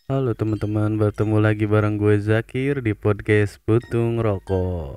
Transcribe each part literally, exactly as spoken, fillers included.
Halo teman-teman, bertemu lagi bareng gue Zakir di podcast Puntung Rokok.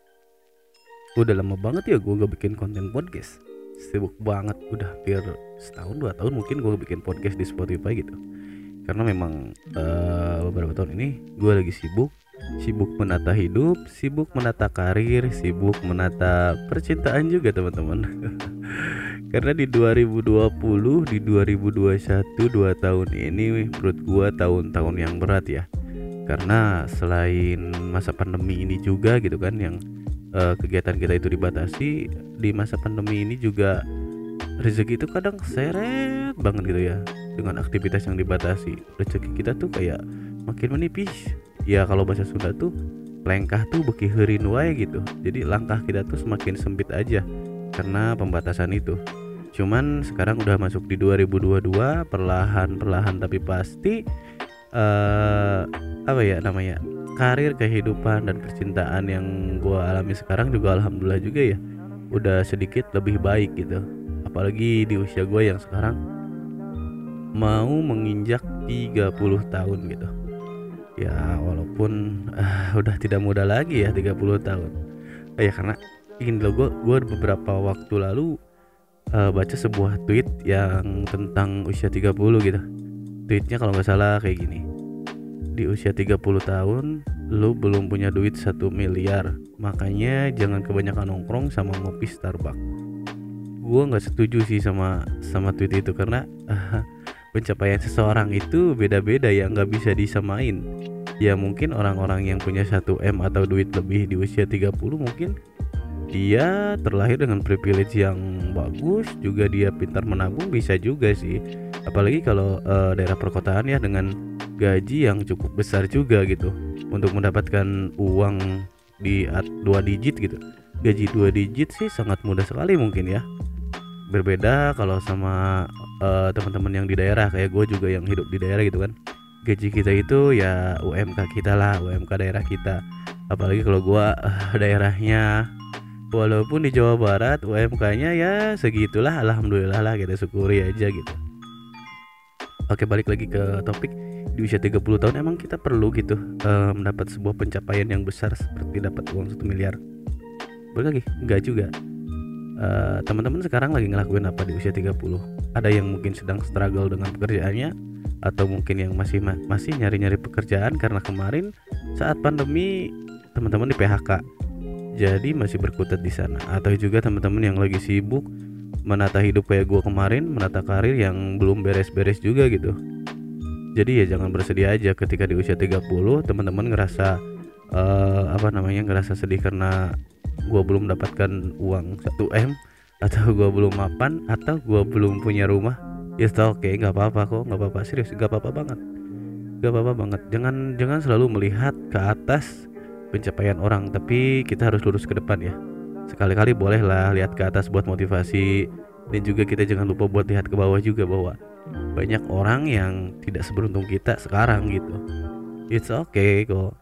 Udah lama banget ya gue gak bikin konten podcast. Sibuk banget, udah hampir setahun dua tahun mungkin gue bikin podcast di Spotify gitu. Karena memang eh, beberapa tahun ini gue lagi sibuk, sibuk menata hidup, sibuk menata karir, sibuk menata percintaan juga teman-teman. Karena di dua ribu dua puluh, di dua ribu dua puluh satu, dua tahun ini menurut gue tahun-tahun yang berat ya. Karena selain masa pandemi ini juga gitu kan yang eh, kegiatan kita itu dibatasi, di masa pandemi ini juga rezeki itu kadang seret banget gitu ya. Dengan aktivitas yang dibatasi, rezeki kita tuh kayak makin menipis. Ya kalau bahasa Sunda tuh lengkah tuh beki heureun wae gitu. Jadi langkah kita tuh semakin sempit aja karena pembatasan itu. Cuman sekarang udah masuk di dua ribu dua puluh dua, perlahan-perlahan tapi pasti eh apa ya namanya, karir, kehidupan dan percintaan yang gua alami sekarang juga alhamdulillah juga ya udah sedikit lebih baik gitu. Apalagi di usia gue yang sekarang mau menginjak tiga puluh tahun gitu. Ya walaupun ah, udah tidak muda lagi ya tiga puluh tahun. Eh, ya karena ingin lo gue gue beberapa waktu lalu eh, baca sebuah tweet yang tentang usia tiga puluh gitu. Tweetnya kalau nggak salah kayak gini. Di usia tiga puluh tahun lu belum punya duit satu miliar, makanya jangan kebanyakan nongkrong sama ngopi Starbucks. Gua nggak setuju sih sama sama tweet itu karena pencapaian seseorang itu beda-beda ya, nggak bisa disamain. Ya mungkin orang-orang yang punya satu M atau duit lebih di usia tiga puluh mungkin dia terlahir dengan privilege yang bagus, juga dia pintar menabung, bisa juga sih. Apalagi kalau eh, daerah perkotaan ya dengan gaji yang cukup besar juga gitu untuk mendapatkan uang di at- dua digit gitu. Gaji dua digit sih sangat mudah sekali mungkin ya. Berbeda kalau sama eh, teman-teman yang di daerah kayak gue juga yang hidup di daerah gitu kan. Gaji kita itu ya U M K kita lah, U M K daerah kita. Apalagi kalau gue eh, daerahnya walaupun di Jawa Barat U M K-nya ya segitulah, alhamdulillah lah, kita syukuri aja gitu. Oke, balik lagi ke topik. Di usia tiga puluh tahun emang kita perlu gitu eh, mendapat sebuah pencapaian yang besar seperti dapat uang satu miliar. Balik lagi, enggak juga. Eh, teman-teman sekarang lagi ngelakuin apa di usia tiga puluh? Ada yang mungkin sedang struggle dengan pekerjaannya, atau mungkin yang masih masih nyari-nyari pekerjaan karena kemarin saat pandemi teman-teman di P H K. Jadi masih berkutat di sana, atau juga teman-teman yang lagi sibuk menata hidup kayak gue kemarin, menata karir yang belum beres-beres juga gitu. Jadi ya jangan bersedih aja ketika di usia tiga puluh teman-teman ngerasa eh, apa namanya ngerasa sedih karena gue belum dapatkan uang satu M, atau gue belum mapan, atau gue belum punya rumah. Ya oke, okay, nggak apa-apa kok, nggak apa-apa, serius, nggak apa-apa banget, nggak apa-apa banget. Jangan jangan selalu melihat ke atas pencapaian orang, tapi kita harus lurus ke depan ya. Sekali-kali bolehlah lihat ke atas buat motivasi, dan juga kita jangan lupa buat lihat ke bawah juga bahwa banyak orang yang tidak seberuntung kita sekarang gitu. It's okay kok.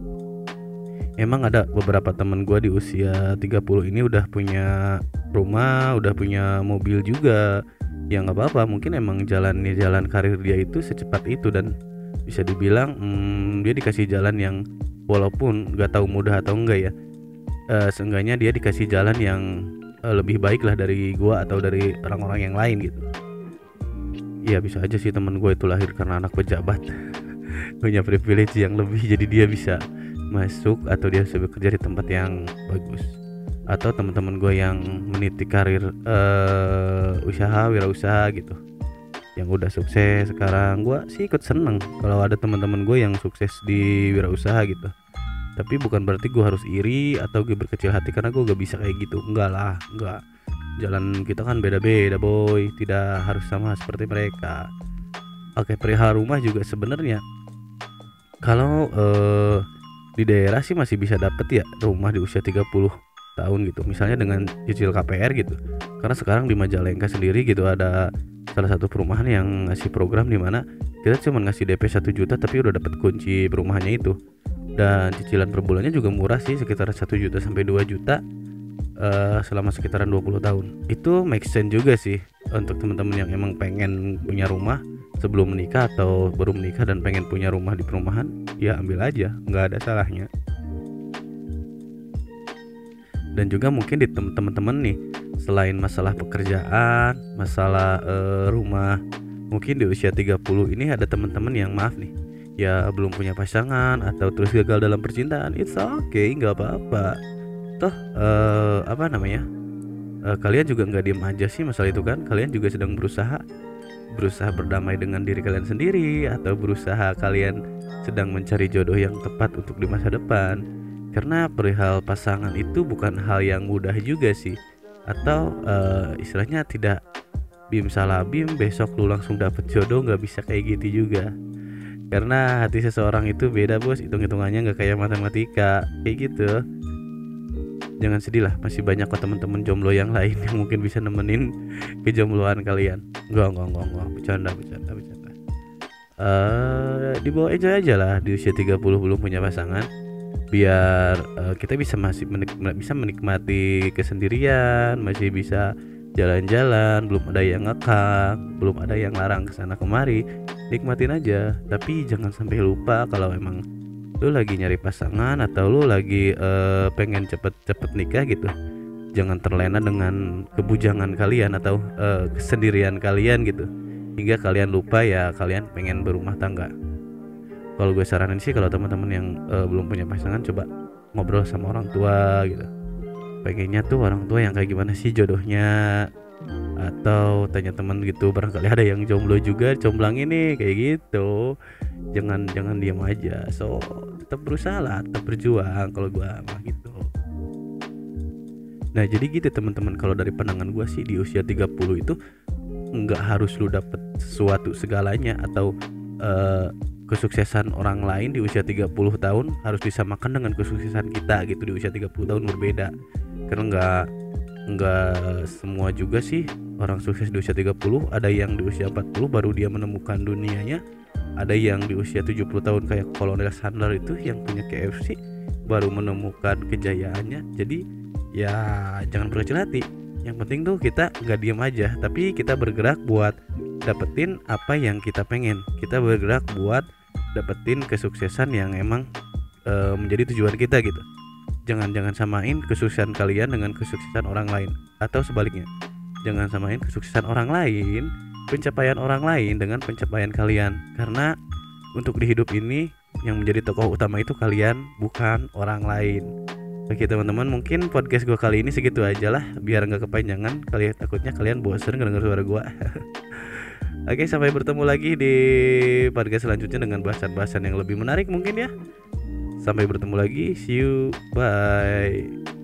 Emang ada beberapa teman gue di usia tiga puluh ini udah punya rumah, udah punya mobil juga. Ya nggak apa-apa, mungkin emang jalannya jalan karir dia itu secepat itu, dan bisa dibilang hmm, dia dikasih jalan yang walaupun nggak tahu mudah atau enggak ya, eh, seenggaknya dia dikasih jalan yang eh, lebih baik lah dari gua atau dari orang-orang yang lain gitu. Ya bisa aja sih temen gue itu lahir karena anak pejabat, punya privilege yang lebih, jadi dia bisa masuk atau dia bisa bekerja di tempat yang bagus. Atau teman-teman gue yang meniti karir uh, usaha, wirausaha gitu, yang udah sukses sekarang, gue sih ikut seneng kalau ada teman-teman gue yang sukses di wirausaha gitu. Tapi bukan berarti gue harus iri atau gue berkecil hati karena gue gak bisa kayak gitu. Enggak lah, enggak. Jalan kita kan beda-beda boy, tidak harus sama seperti mereka. Oke, perihal rumah juga sebenarnya kalau eh, di daerah sih masih bisa dapet ya rumah di usia tiga puluh tahun gitu, misalnya dengan cicil K P R gitu. Karena sekarang di Majalengka sendiri gitu ada salah satu perumahan yang ngasih program di mana kita cuma ngasih D P satu juta tapi udah dapet kunci perumahannya itu, dan cicilan per bulannya juga murah sih, sekitar satu juta sampai dua juta uh, selama sekitaran dua puluh tahun. Itu make sense juga sih untuk teman-teman yang emang pengen punya rumah sebelum menikah atau baru menikah dan pengen punya rumah di perumahan, ya ambil aja, nggak ada salahnya. Dan juga mungkin di tem- teman-teman nih, selain masalah pekerjaan, masalah uh, rumah, mungkin di usia tiga puluh ini ada teman-teman yang maaf nih, ya belum punya pasangan atau terus gagal dalam percintaan. It's okay, nggak apa-apa. Toh uh, apa namanya? Uh, kalian juga nggak diem aja sih masalah itu kan. Kalian juga sedang berusaha berusaha berdamai dengan diri kalian sendiri, atau berusaha kalian sedang mencari jodoh yang tepat untuk di masa depan. Karena perihal pasangan itu bukan hal yang mudah juga sih. Atau uh, istilahnya tidak bim salah bim besok lu langsung dapet jodoh, nggak bisa kayak gitu juga. Karena hati seseorang itu beda bos, hitung-hitungannya nggak kayak matematika kayak gitu. Jangan sedih lah, masih banyak kok teman-teman jomblo yang lain yang mungkin bisa nemenin kejombloan kalian. Enggak, enggak, enggak, enggak, bercanda, bercanda, bercanda. Uh, dibawa enjoy aja lah di usia tiga puluh belum punya pasangan, biar uh, kita bisa masih menik- bisa menikmati kesendirian, masih bisa jalan-jalan, belum ada yang ngekang, belum ada yang larang kesana kemari. Nikmatin aja, tapi jangan sampai lupa kalau emang lu lagi nyari pasangan atau lu lagi uh, pengen cepet-cepet nikah gitu. Jangan terlena dengan kebujangan kalian atau uh, kesendirian kalian gitu, hingga kalian lupa ya kalian pengen berumah tangga. Kalau gue saranin sih, kalau teman-teman yang uh, belum punya pasangan, coba ngobrol sama orang tua gitu. Pengennya tuh orang tua yang kayak gimana sih jodohnya, atau tanya teman gitu, barangkali ada yang jomblo juga, comblangin nih kayak gitu. Jangan jangan diam aja. So tetap berusaha lah, tetap berjuang kalau gue mah gitu. Nah jadi gitu teman-teman, kalau dari pandangan gue sih di usia tiga puluh itu nggak harus lu dapet sesuatu segalanya, atau uh, kesuksesan orang lain di usia tiga puluh tahun harus disamakan dengan kesuksesan kita gitu di usia tiga puluh tahun, berbeda. Karena nggak nggak semua juga sih orang sukses di usia tiga puluh. Ada yang di usia empat puluh baru dia menemukan dunianya, ada yang di usia tujuh puluh tahun kayak Kolonel Sandler itu yang punya K F C baru menemukan kejayaannya. Jadi ya jangan berkecil hati. Yang penting tuh kita nggak diam aja, tapi kita bergerak buat dapetin apa yang kita pengen. Kita bergerak buat dapetin kesuksesan yang emang e, menjadi tujuan kita gitu. Jangan-jangan samain kesuksesan kalian dengan kesuksesan orang lain, atau sebaliknya. Jangan samain kesuksesan orang lain, pencapaian orang lain dengan pencapaian kalian. Karena untuk di hidup ini yang menjadi tokoh utama itu kalian, bukan orang lain. Oke teman-teman, mungkin podcast gue kali ini segitu aja lah, biar gak kepanjangan. Kalian takutnya kalian bosen ngedenger suara gue. Oke, sampai bertemu lagi di podcast selanjutnya dengan bahasan-bahasan yang lebih menarik mungkin ya. Sampai bertemu lagi, see you, bye.